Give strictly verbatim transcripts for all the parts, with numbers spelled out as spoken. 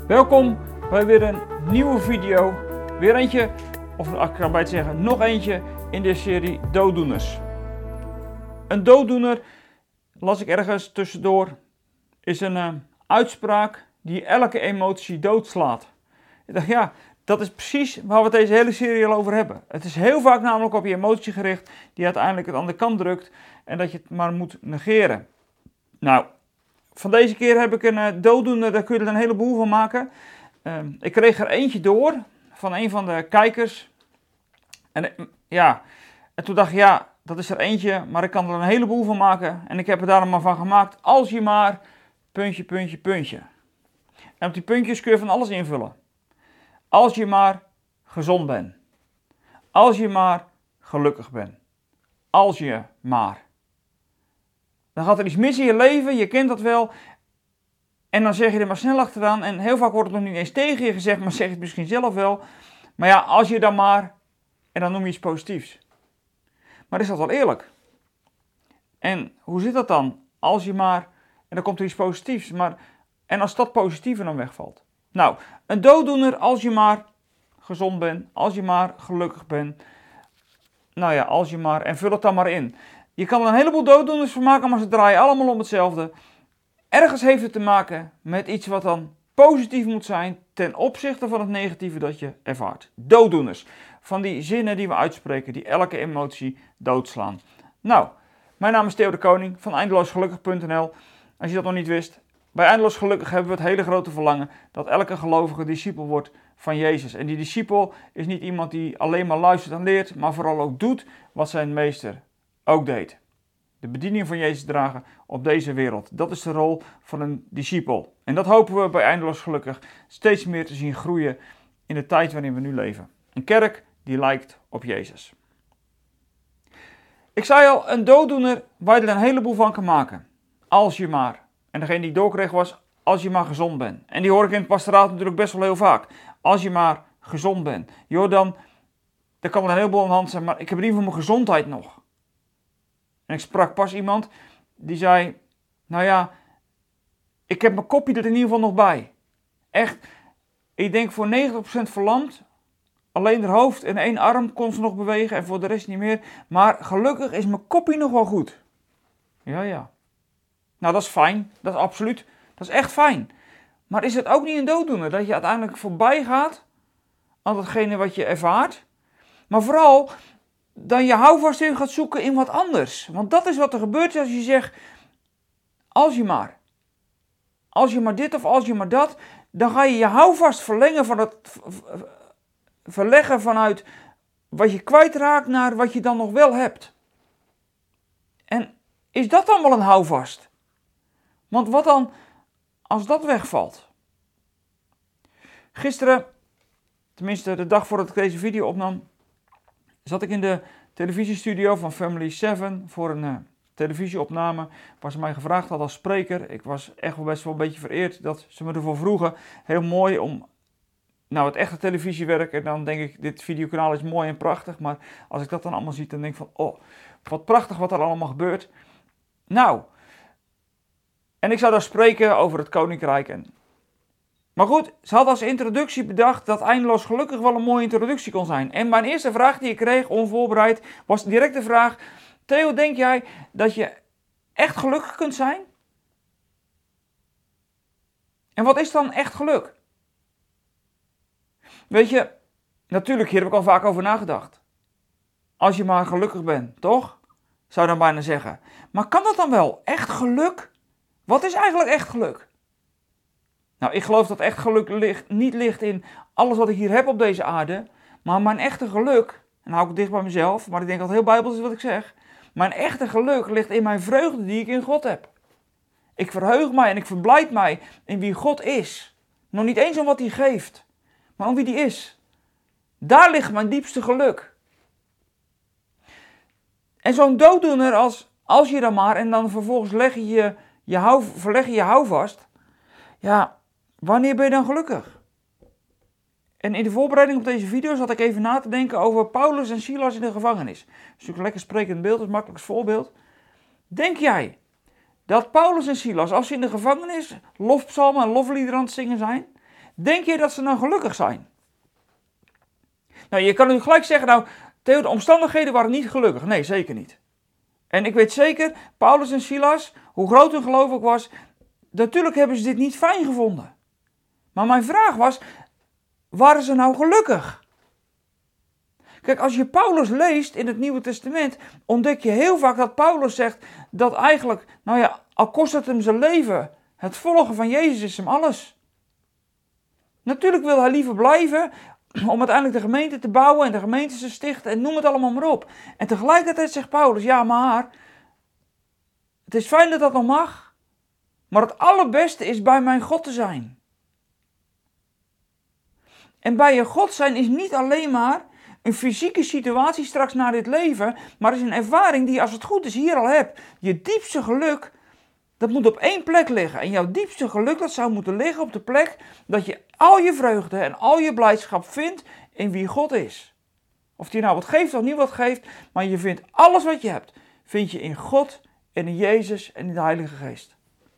Welkom bij weer een nieuwe video. Weer eentje, of ik kan bij het zeggen, nog eentje in de serie dooddoeners. Een dooddoener, las ik ergens tussendoor, is een uh, uitspraak die elke emotie doodslaat. Ik dacht, ja, dat is precies waar we het deze hele serie al over hebben. Het is heel vaak namelijk op je emotie gericht die uiteindelijk het aan de kant drukt en dat je het maar moet negeren. Nou, van deze keer heb ik een uh, dooddoener, daar kun je er een heleboel van maken. Uh, ik kreeg er eentje door van een van de kijkers. En uh, ja, en toen dacht ik, ja, dat is er eentje, maar ik kan er een heleboel van maken. En ik heb er daarom maar van gemaakt, als je maar, puntje, puntje, puntje. En op die puntjes kun je van alles invullen. Als je maar gezond bent. Als je maar gelukkig bent. Als je maar. Dan gaat er iets mis in je leven, je kent dat wel. En dan zeg je er maar snel achteraan. En heel vaak wordt het nog niet eens tegen je gezegd, maar zeg je het misschien zelf wel. Maar ja, als je dan maar. En dan noem je iets positiefs. Maar is dat wel eerlijk? En hoe zit dat dan? Als je maar. En dan komt er iets positiefs. Maar, en als dat positieve dan wegvalt. Nou, een dooddoener als je maar gezond bent. Als je maar gelukkig bent. Nou ja, als je maar. En vul het dan maar in. Je kan er een heleboel dooddoeners van maken, maar ze draaien allemaal om hetzelfde. Ergens heeft het te maken met iets wat dan positief moet zijn ten opzichte van het negatieve dat je ervaart. Dooddoeners. Van die zinnen die we uitspreken, die elke emotie doodslaan. Nou, mijn naam is Theo de Koning van eindeloosgelukkig punt n l. Als je dat nog niet wist, bij Eindeloos Gelukkig hebben we het hele grote verlangen dat elke gelovige discipel wordt van Jezus. En die discipel is niet iemand die alleen maar luistert en leert, maar vooral ook doet wat zijn meester ook deed. De bediening van Jezus dragen op deze wereld. Dat is de rol van een discipel. En dat hopen we bij Eindeloos Gelukkig steeds meer te zien groeien in de tijd waarin we nu leven. Een kerk die lijkt op Jezus. Ik zei al, een dooddoener waar je er een heleboel van kan maken. Als je maar. En degene die ik doorkreeg was, als je maar gezond bent. En die hoor ik in het pastoraat natuurlijk best wel heel vaak. Als je maar gezond bent. Je hoort dan, er kan wel een heleboel aan de hand zijn, maar ik heb in ieder geval mijn gezondheid nog. En ik sprak pas iemand die zei, nou ja, ik heb mijn kopje er in ieder geval nog bij. Echt, ik denk voor negentig procent verlamd. Alleen haar hoofd en één arm kon ze nog bewegen en voor de rest niet meer. Maar gelukkig is mijn kopje nog wel goed. Ja, ja. Nou, dat is fijn. Dat is absoluut. Dat is echt fijn. Maar is het ook niet een dooddoener dat je uiteindelijk voorbij gaat aan datgene wat je ervaart? Maar vooral dan je houvast in gaat zoeken in wat anders. Want dat is wat er gebeurt als je zegt, als je maar. Als je maar dit of als je maar dat. Dan ga je je houvast verlengen van het verleggen vanuit wat je kwijtraakt naar wat je dan nog wel hebt. En is dat dan wel een houvast? Want wat dan als dat wegvalt? Gisteren, tenminste de dag voordat ik deze video opnam, zat ik in de televisiestudio van Family zeven voor een uh, televisieopname waar ze mij gevraagd had als spreker. Ik was echt wel best wel een beetje vereerd dat ze me ervoor vroegen. Heel mooi om, nou het echte televisiewerk, en dan denk ik, dit videokanaal is mooi en prachtig, maar als ik dat dan allemaal zie, dan denk ik van, oh, wat prachtig wat er allemaal gebeurt. Nou, en ik zou daar spreken over het Koninkrijk. En... Maar goed, ze had als introductie bedacht dat Eindeloos Gelukkig wel een mooie introductie kon zijn. En mijn eerste vraag die ik kreeg, onvoorbereid, was direct de vraag, Theo, denk jij dat je echt gelukkig kunt zijn? En wat is dan echt geluk? Weet je, natuurlijk, hier heb ik al vaak over nagedacht. Als je maar gelukkig bent, toch? Zou je dan bijna zeggen. Maar kan dat dan wel? Echt geluk? Wat is eigenlijk echt geluk? Nou, ik geloof dat echt geluk ligt, niet ligt in alles wat ik hier heb op deze aarde. Maar mijn echte geluk, en dan hou ik het dicht bij mezelf, maar ik denk dat het heel bijbels is wat ik zeg. Mijn echte geluk ligt in mijn vreugde die ik in God heb. Ik verheug mij en ik verblijd mij in wie God is. Nog niet eens om wat hij geeft, maar om wie hij is. Daar ligt mijn diepste geluk. En zo'n dooddoener als, als je dan maar, en dan vervolgens leg je je, je hou, verleg je je houvast. Ja, wanneer ben je dan gelukkig? En in de voorbereiding op deze video zat ik even na te denken over Paulus en Silas in de gevangenis. Dat is natuurlijk een lekker sprekend beeld, dat is een makkelijk voorbeeld. Denk jij dat Paulus en Silas, als ze in de gevangenis lofpsalmen en lofliederen aan het zingen zijn, Denk je dat ze nou gelukkig zijn? Nou, je kan nu gelijk zeggen, nou, Theo, de omstandigheden waren niet gelukkig. Nee, zeker niet. En ik weet zeker, Paulus en Silas, hoe groot hun geloof ook was, natuurlijk hebben ze dit niet fijn gevonden. Maar mijn vraag was, waren ze nou gelukkig? Kijk, als je Paulus leest in het Nieuwe Testament, ontdek je heel vaak dat Paulus zegt dat eigenlijk, nou ja, al kost het hem zijn leven, het volgen van Jezus is hem alles. Natuurlijk wil hij liever blijven om uiteindelijk de gemeente te bouwen en de gemeente te stichten en noem het allemaal maar op. En tegelijkertijd zegt Paulus, ja maar, het is fijn dat dat nog mag, maar het allerbeste is bij mijn God te zijn. En bij je God zijn is niet alleen maar een fysieke situatie straks na dit leven, maar is een ervaring die je als het goed is hier al hebt. Je diepste geluk, dat moet op één plek liggen. En jouw diepste geluk, dat zou moeten liggen op de plek dat je al je vreugde en al je blijdschap vindt in wie God is. Of die nou wat geeft of niet wat geeft, maar je vindt alles wat je hebt, vind je in God en in Jezus en in de Heilige Geest.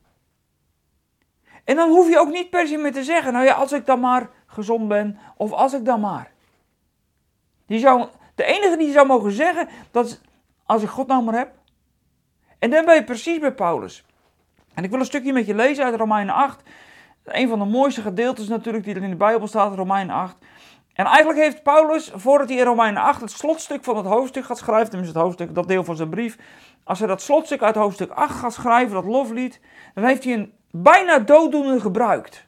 En dan hoef je ook niet per se meer te zeggen, nou ja, als ik dan maar gezond ben, of als ik dan maar. Die zou, de enige die zou mogen zeggen, dat is als ik God nou maar heb. En dan ben je precies bij Paulus. En ik wil een stukje met je lezen uit Romeinen acht. Een van de mooiste gedeeltes natuurlijk die er in de Bijbel staat, Romeinen acht. En eigenlijk heeft Paulus, voordat hij in Romeinen acht het slotstuk van het hoofdstuk gaat schrijven, tenminste het hoofdstuk, dat deel van zijn brief. Als hij dat slotstuk uit hoofdstuk acht gaat schrijven, dat loflied, dan heeft hij een bijna dooddoener gebruikt.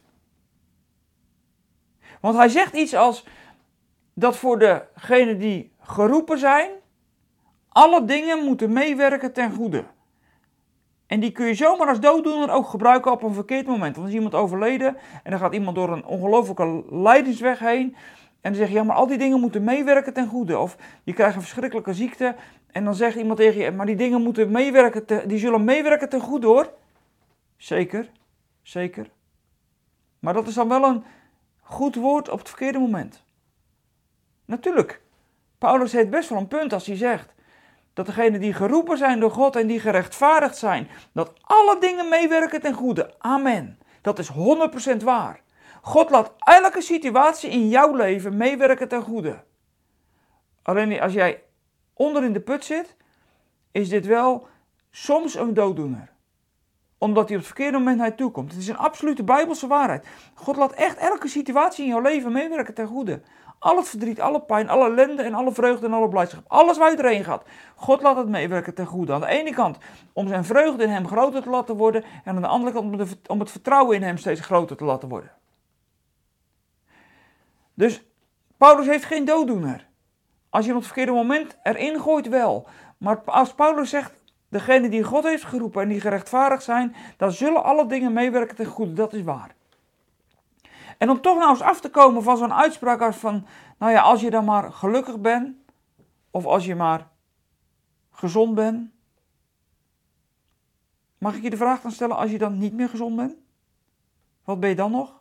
Want hij zegt iets als dat voor degenen die geroepen zijn, alle dingen moeten meewerken ten goede. En die kun je zomaar als dooddoener ook gebruiken op een verkeerd moment. Want dan is iemand overleden en dan gaat iemand door een ongelofelijke lijdensweg heen. En dan zeg je, ja, maar al die dingen moeten meewerken ten goede. Of je krijgt een verschrikkelijke ziekte en dan zegt iemand tegen je, maar die dingen moeten meewerken, te, die zullen meewerken ten goede hoor. Zeker, zeker. Maar dat is dan wel een goed woord op het verkeerde moment. Natuurlijk, Paulus heeft best wel een punt als hij zegt dat degenen die geroepen zijn door God en die gerechtvaardigd zijn, dat alle dingen meewerken ten goede. Amen. Dat is honderd procent waar. God laat elke situatie in jouw leven meewerken ten goede. Alleen als jij onder in de put zit, is dit wel soms een dooddoener. Omdat hij op het verkeerde moment naar je toe komt. Het is een absolute Bijbelse waarheid. God laat echt elke situatie in jouw leven meewerken ten goede. Al het verdriet, alle pijn, alle ellende en alle vreugde en alle blijdschap. Alles waar je erheen gaat. God laat het meewerken ten goede. Aan de ene kant om zijn vreugde in hem groter te laten worden. En aan de andere kant om het vertrouwen in hem steeds groter te laten worden. Dus Paulus heeft geen dooddoener. Als je hem op het verkeerde moment erin gooit wel. Maar als Paulus zegt, degene die God heeft geroepen en die gerechtvaardigd zijn, dan zullen alle dingen meewerken ten goede. Dat is waar. En om toch nou eens af te komen van zo'n uitspraak als van, nou ja, als je dan maar gelukkig bent, of als je maar gezond bent. Mag ik je de vraag dan stellen, als je dan niet meer gezond bent? Wat ben je dan nog?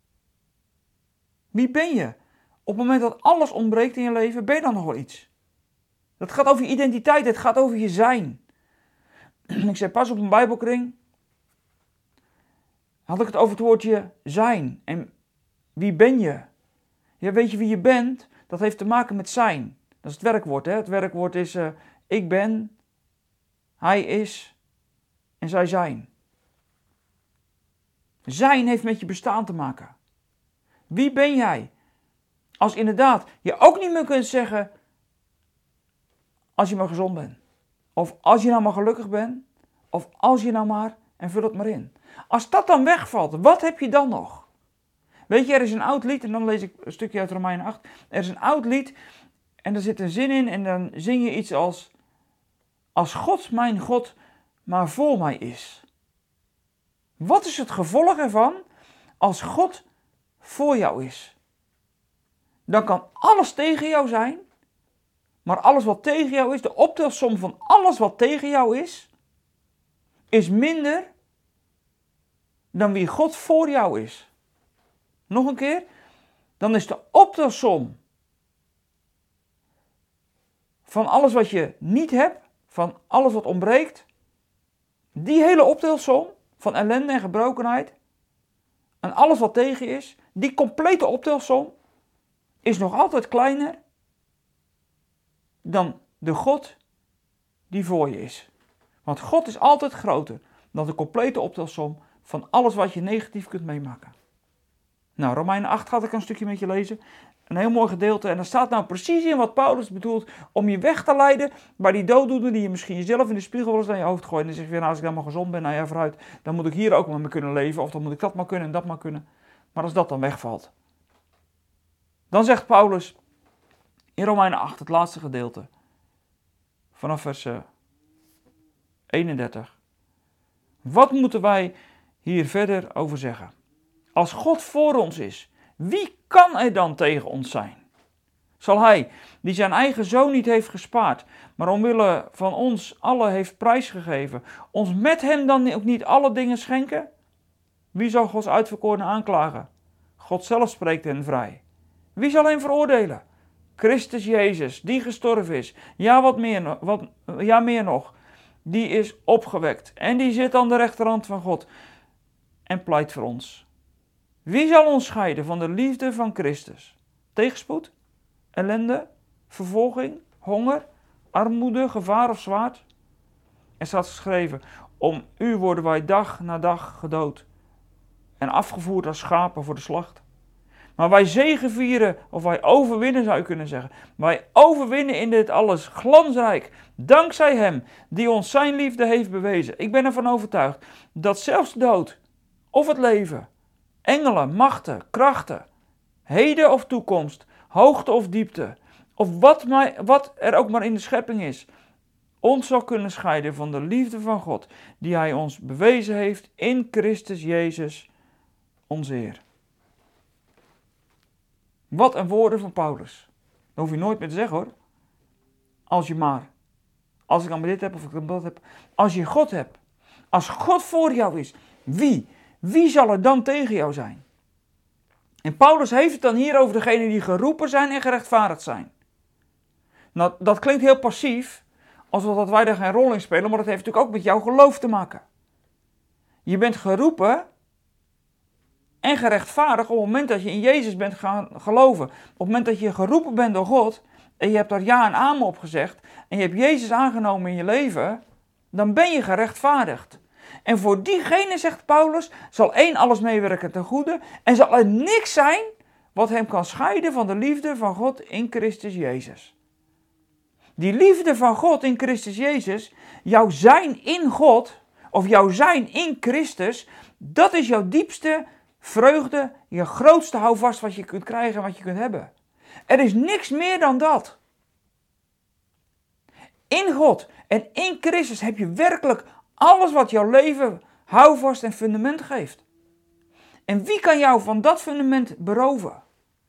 Wie ben je? Op het moment dat alles ontbreekt in je leven, ben je dan nog wel iets? Dat gaat over je identiteit, het gaat over je zijn. Ik zei pas op een bijbelkring, had ik het over het woordje zijn. En wie ben je? Ja, weet je wie je bent? Dat heeft te maken met zijn. Dat is het werkwoord. Hè? Het werkwoord is uh, ik ben, hij is en zij zijn. Zijn heeft met je bestaan te maken. Wie ben jij? Als inderdaad je ook niet meer kunt zeggen als je maar gezond bent. Of als je nou maar gelukkig bent. Of als je nou maar, en vul het maar in. Als dat dan wegvalt, wat heb je dan nog? Weet je, er is een oud lied, en dan lees ik een stukje uit Romeinen acht. Er is een oud lied, en er zit een zin in, en dan zing je iets als, als God, mijn God, maar voor mij is. Wat is het gevolg ervan als God voor jou is? Dan kan alles tegen jou zijn, maar alles wat tegen jou is, de optelsom van alles wat tegen jou is, is minder dan wie God voor jou is. Nog een keer, dan is de optelsom van alles wat je niet hebt, van alles wat ontbreekt, die hele optelsom van ellende en gebrokenheid en alles wat tegen je is, die complete optelsom is nog altijd kleiner dan de God die voor je is. Want God is altijd groter dan de complete optelsom van alles wat je negatief kunt meemaken. Nou, Romeinen acht gaat ik een stukje met je lezen. Een heel mooi gedeelte. En daar staat nou precies in wat Paulus bedoelt om je weg te leiden bij die dooddoener die je misschien jezelf in de spiegel wel eens naar je hoofd gooit. En dan zeg je weer, nou, als ik dan maar gezond ben, nou ja, vooruit, dan moet ik hier ook maar mee kunnen leven. Of dan moet ik dat maar kunnen en dat maar kunnen. Maar als dat dan wegvalt. Dan zegt Paulus in Romeinen acht, het laatste gedeelte. Vanaf vers eenendertig. Wat moeten wij hier verder over zeggen? Als God voor ons is, wie kan er dan tegen ons zijn? Zal hij, die zijn eigen zoon niet heeft gespaard, maar omwille van ons allen heeft prijsgegeven, ons met hem dan ook niet alle dingen schenken? Wie zal Gods uitverkorenen aanklagen? God zelf spreekt hen vrij. Wie zal hen veroordelen? Christus Jezus, die gestorven is, ja, wat meer, wat, ja meer nog, die is opgewekt en die zit aan de rechterhand van God en pleit voor ons. Wie zal ons scheiden van de liefde van Christus? Tegenspoed, ellende, vervolging, honger, armoede, gevaar of zwaard? Er staat geschreven, om u worden wij dag na dag gedood en afgevoerd als schapen voor de slacht. Maar wij zegevieren, of wij overwinnen zou je kunnen zeggen. Wij overwinnen in dit alles glansrijk, dankzij hem die ons zijn liefde heeft bewezen. Ik ben ervan overtuigd dat zelfs de dood of het leven, engelen, machten, krachten, heden of toekomst, hoogte of diepte, of wat, mij, wat er ook maar in de schepping is, ons zal kunnen scheiden van de liefde van God, die hij ons bewezen heeft in Christus Jezus, onze Heer. Wat een woorden van Paulus. Dat hoef je nooit meer te zeggen hoor. Als je maar, als ik dan maar dit heb of ik dan dat heb, als je God hebt, als God voor jou is, wie? Wie zal er dan tegen jou zijn? En Paulus heeft het dan hier over degenen die geroepen zijn en gerechtvaardigd zijn. Nou, dat klinkt heel passief, alsof dat wij daar geen rol in spelen, maar dat heeft natuurlijk ook met jouw geloof te maken. Je bent geroepen en gerechtvaardigd op het moment dat je in Jezus bent gaan geloven. Op het moment dat je geroepen bent door God en je hebt daar ja en amen op gezegd en je hebt Jezus aangenomen in je leven, dan ben je gerechtvaardigd. En voor diegene, zegt Paulus, zal één alles meewerken ten goede en zal er niks zijn wat hem kan scheiden van de liefde van God in Christus Jezus. Die liefde van God in Christus Jezus, jouw zijn in God, of jouw zijn in Christus, dat is jouw diepste vreugde, je grootste houvast wat je kunt krijgen en wat je kunt hebben. Er is niks meer dan dat. In God en in Christus heb je werkelijk alles wat jouw leven houvast en fundament geeft. En wie kan jou van dat fundament beroven?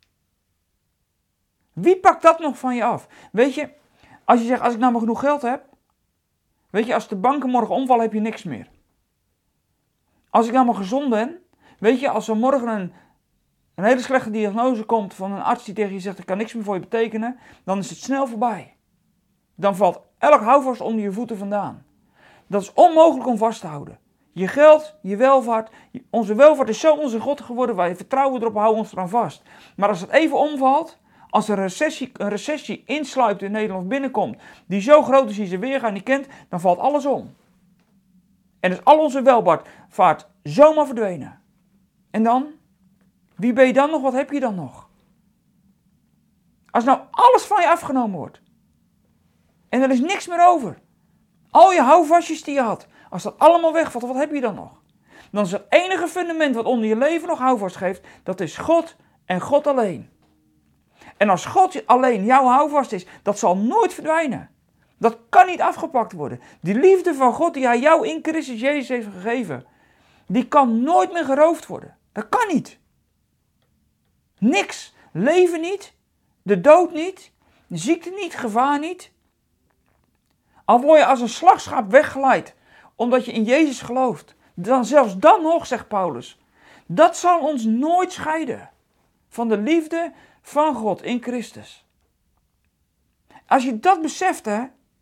Wie pakt dat nog van je af? Weet je, als je zegt, als ik nou maar genoeg geld heb, weet je, als de banken morgen omvallen, heb je niks meer. Als ik nou maar gezond ben, weet je, als er morgen een, een hele slechte diagnose komt van een arts die tegen je zegt, ik kan niks meer voor je betekenen, dan is het snel voorbij. Dan valt elk houvast onder je voeten vandaan. Dat is onmogelijk om vast te houden. Je geld, je welvaart, onze welvaart is zo onze God geworden, wij vertrouwen erop, houden ons eraan vast. Maar als het even omvalt, als er een recessie, een recessie insluipt in Nederland of binnenkomt, die zo groot is die ze weergaan niet kent, dan valt alles om. En is al onze welvaart zomaar verdwenen. En dan? Wie ben je dan nog? Wat heb je dan nog? Als nou alles van je afgenomen wordt. En er is niks meer over. Al je houvastjes die je had. Als dat allemaal wegvalt, wat heb je dan nog? Dan is het enige fundament wat onder je leven nog houvast geeft. Dat is God en God alleen. En als God alleen jouw houvast is, dat zal nooit verdwijnen. Dat kan niet afgepakt worden. Die liefde van God die hij jou in Christus Jezus heeft gegeven, die kan nooit meer geroofd worden. Dat kan niet. Niks. Leven niet. De dood niet. De ziekte niet. Gevaar niet. Al word je als een slagschaap weggeleid, omdat je in Jezus gelooft. Dan zelfs dan nog, zegt Paulus. Dat zal ons nooit scheiden van de liefde van God in Christus. Als je dat beseft, hè,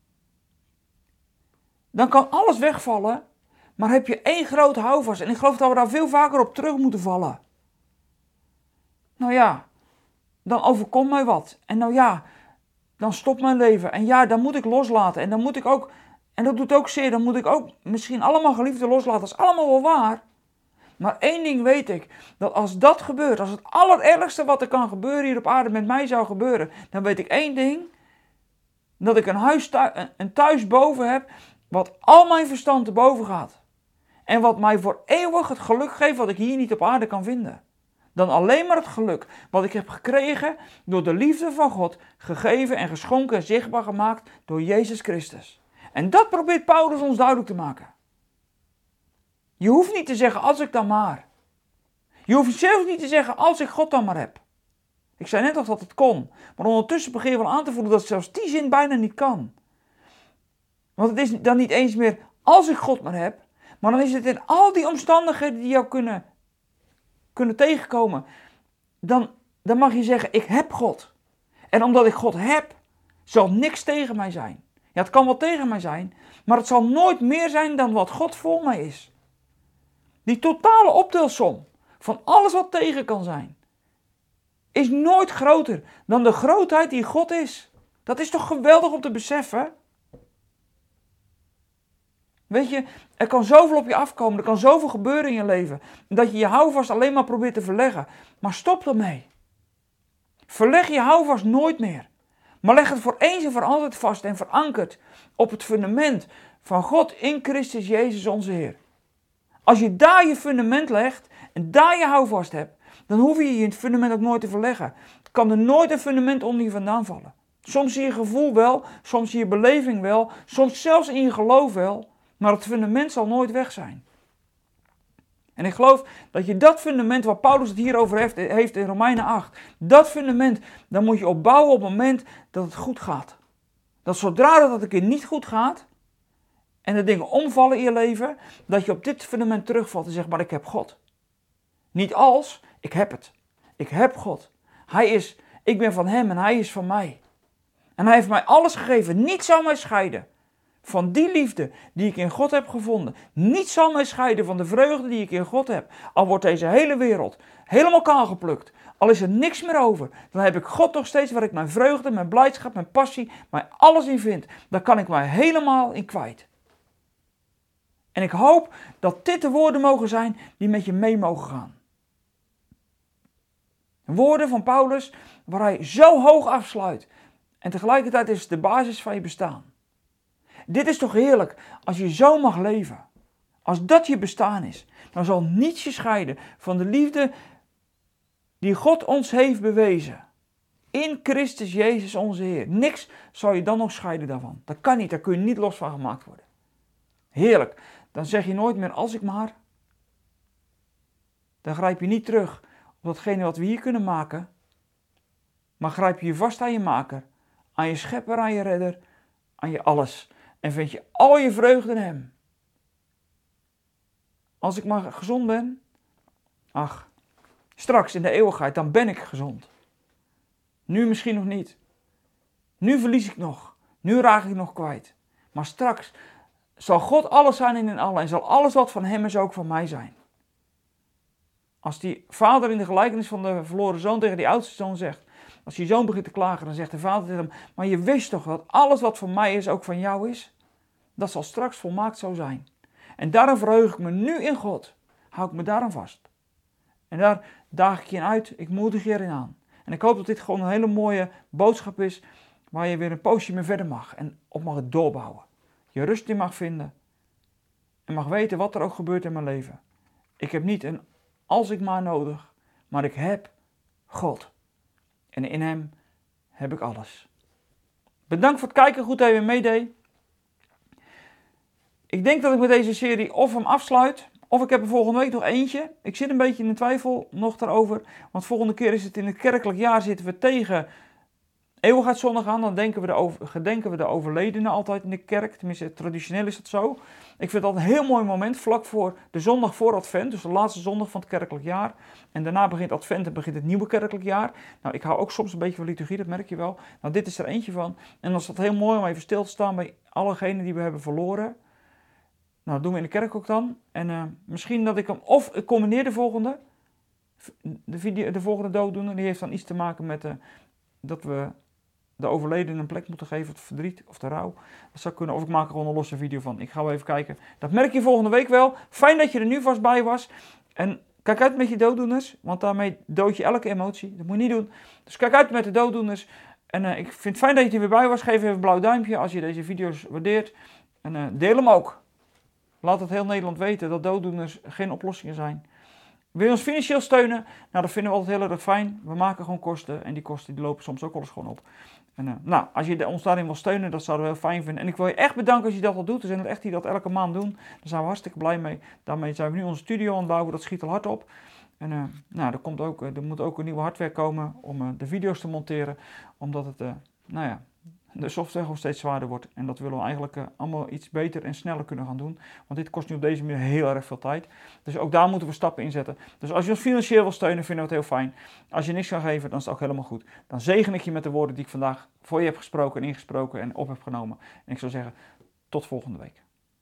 dan kan alles wegvallen, maar heb je één groot houvast. En ik geloof dat we daar veel vaker op terug moeten vallen. nou ja, dan overkomt mij wat. En nou ja, dan stopt mijn leven. En ja, dan moet ik loslaten. En dan moet ik ook, en dat doet ook zeer, dan moet ik ook misschien allemaal geliefden loslaten. Dat is allemaal wel waar. Maar één ding weet ik, dat als dat gebeurt, als het allerergste wat er kan gebeuren hier op aarde met mij zou gebeuren, dan weet ik één ding, dat ik een huis thuis, een thuis boven heb, wat al mijn verstand te boven gaat. En wat mij voor eeuwig het geluk geeft wat ik hier niet op aarde kan vinden. Dan alleen maar het geluk wat ik heb gekregen door de liefde van God, gegeven en geschonken en zichtbaar gemaakt door Jezus Christus. En dat probeert Paulus ons duidelijk te maken. Je hoeft niet te zeggen, als ik dan maar. Je hoeft zelfs niet te zeggen, als ik God dan maar heb. Ik zei net al dat het kon. Maar ondertussen begin je wel aan te voelen dat zelfs die zin bijna niet kan. Want het is dan niet eens meer, als ik God maar heb. Maar dan is het in al die omstandigheden die jou kunnen, kunnen tegenkomen. Dan, dan mag je zeggen, ik heb God. En omdat ik God heb, zal niks tegen mij zijn. Ja, het kan wel tegen mij zijn. Maar het zal nooit meer zijn dan wat God voor mij is. Die totale optelsom van alles wat tegen kan zijn, is nooit groter dan de grootheid die God is. Dat is toch geweldig om te beseffen? Weet je, er kan zoveel op je afkomen, er kan zoveel gebeuren in je leven, dat je je houvast alleen maar probeert te verleggen. Maar stop ermee. Verleg je houvast nooit meer. Maar leg het voor eens en voor altijd vast en verankerd op het fundament van God in Christus Jezus onze Heer. Als je daar je fundament legt en daar je houvast hebt, dan hoef je je fundament ook nooit te verleggen. Kan er nooit een fundament onder je vandaan vallen. Soms zie je gevoel wel, soms zie je beleving wel, soms zelfs in je geloof wel, maar het fundament zal nooit weg zijn. En ik geloof dat je dat fundament waar Paulus het hier over heeft, heeft in Romeinen acht, dat fundament, dan moet je opbouwen op het moment dat het goed gaat. Dat zodra dat het een keer niet goed gaat, en de dingen omvallen in je leven, dat je op dit fundament terugvalt en zegt, maar ik heb God. Niet als, ik heb het. Ik heb God. Hij is, ik ben van hem en hij is van mij. En hij heeft mij alles gegeven. Niets zal mij scheiden van die liefde die ik in God heb gevonden. Niets zal mij scheiden van de vreugde die ik in God heb. Al wordt deze hele wereld helemaal kaal geplukt. Al is er niks meer over. Dan heb ik God nog steeds waar ik mijn vreugde, mijn blijdschap, mijn passie, mijn alles in vind. Daar kan ik mij helemaal in kwijt. En ik hoop dat dit de woorden mogen zijn die met je mee mogen gaan. Woorden van Paulus waar hij zo hoog afsluit. En tegelijkertijd is het de basis van je bestaan. Dit is toch heerlijk als je zo mag leven. Als dat je bestaan is. Dan zal niets je scheiden van de liefde die God ons heeft bewezen. In Christus Jezus onze Heer. Niks zal je dan nog scheiden daarvan. Dat kan niet, daar kun je niet los van gemaakt worden. Heerlijk. Dan zeg je nooit meer als ik maar. Dan grijp je niet terug op datgene wat we hier kunnen maken. Maar grijp je vast aan je maker. Aan je schepper, aan je redder. Aan je alles. En vind je al je vreugde in hem. Als ik maar gezond ben. Ach, straks in de eeuwigheid, dan ben ik gezond. Nu misschien nog niet. Nu verlies ik nog. Nu raak ik nog kwijt. Maar straks zal God alles zijn in en allen. En zal alles wat van hem is ook van mij zijn. Als die vader in de gelijkenis van de verloren zoon tegen die oudste zoon zegt. Als die zoon begint te klagen, dan zegt de vader tegen hem. Maar je wist toch dat alles wat van mij is ook van jou is? Dat zal straks volmaakt zo zijn. En daarom verheug ik me nu in God. Hou ik me daaraan vast. En daar daag ik je in uit. Ik moedig je erin aan. En ik hoop dat dit gewoon een hele mooie boodschap is. Waar je weer een poosje mee verder mag. En op mag het doorbouwen. Je rust in mag vinden. En mag weten wat er ook gebeurt in mijn leven. Ik heb niet een als ik maar nodig. Maar ik heb God. En in hem heb ik alles. Bedankt voor het kijken. Goed dat je weer meedeed. Ik denk dat ik met deze serie of hem afsluit. Of ik heb er volgende week nog eentje. Ik zit een beetje in de twijfel nog daarover. Want volgende keer is het in het kerkelijk jaar zitten we tegen eeuwigheidszondag aan. Dan denken we, de over, gedenken we de overledenen altijd in de kerk. Tenminste, traditioneel is dat zo. Ik vind dat een heel mooi moment. Vlak voor de zondag voor Advent. Dus de laatste zondag van het kerkelijk jaar. En daarna begint Advent en begint het nieuwe kerkelijk jaar. Nou, ik hou ook soms een beetje van liturgie. Dat merk je wel. Nou, dit is er eentje van. En dan is dat heel mooi om even stil te staan bij allegenen die we hebben verloren. Nou, dat doen we in de kerk ook dan. En uh, misschien dat ik hem, of ik combineer de volgende. De, video, de volgende dooddoener die heeft dan iets te maken met uh, dat we de overledene een plek moeten geven, het verdriet of de rouw. Dat zou kunnen, of ik maak er gewoon een losse video van. Ik ga wel even kijken. Dat merk je volgende week wel. Fijn dat je er nu vast bij was. En kijk uit met je dooddoeners, want daarmee dood je elke emotie. Dat moet je niet doen. Dus kijk uit met de dooddoeners. En uh, ik vind het fijn dat je er weer bij was. Geef even een blauw duimpje als je deze video's waardeert. En uh, deel hem ook. Laat het heel Nederland weten dat dooddoeners geen oplossingen zijn. Wil je ons financieel steunen? Nou, dat vinden we altijd heel erg fijn. We maken gewoon kosten en die kosten die lopen soms ook wel eens gewoon op. En, uh, nou, als je ons daarin wil steunen, dat zouden we heel fijn vinden. En ik wil je echt bedanken als je dat al doet. Er zijn er echt die dat elke maand doen. Daar zijn we hartstikke blij mee. Daarmee zijn we nu onze studio aan het bouwen. Dat schiet al hard op. En uh, nou, er, komt ook, er moet ook een nieuwe hardware komen om uh, de video's te monteren. Omdat het, uh, nou ja, de software gewoon steeds zwaarder wordt. En dat willen we eigenlijk uh, allemaal iets beter en sneller kunnen gaan doen. Want dit kost nu op deze manier heel erg veel tijd. Dus ook daar moeten we stappen in zetten. Dus als je ons financieel wil steunen, vinden we het heel fijn. Als je niks kan geven, dan is het ook helemaal goed. Dan zegen ik je met de woorden die ik vandaag voor je heb gesproken en ingesproken en op heb genomen. En ik zou zeggen, tot volgende week.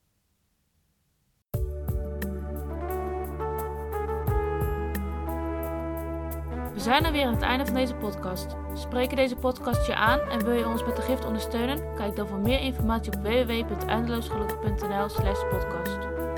We zijn er weer aan het einde van deze podcast. Spreken deze podcast je aan en wil je ons met de gift ondersteunen? Kijk dan voor meer informatie op w w w punt eindeloosgelukkig punt n l slash podcast.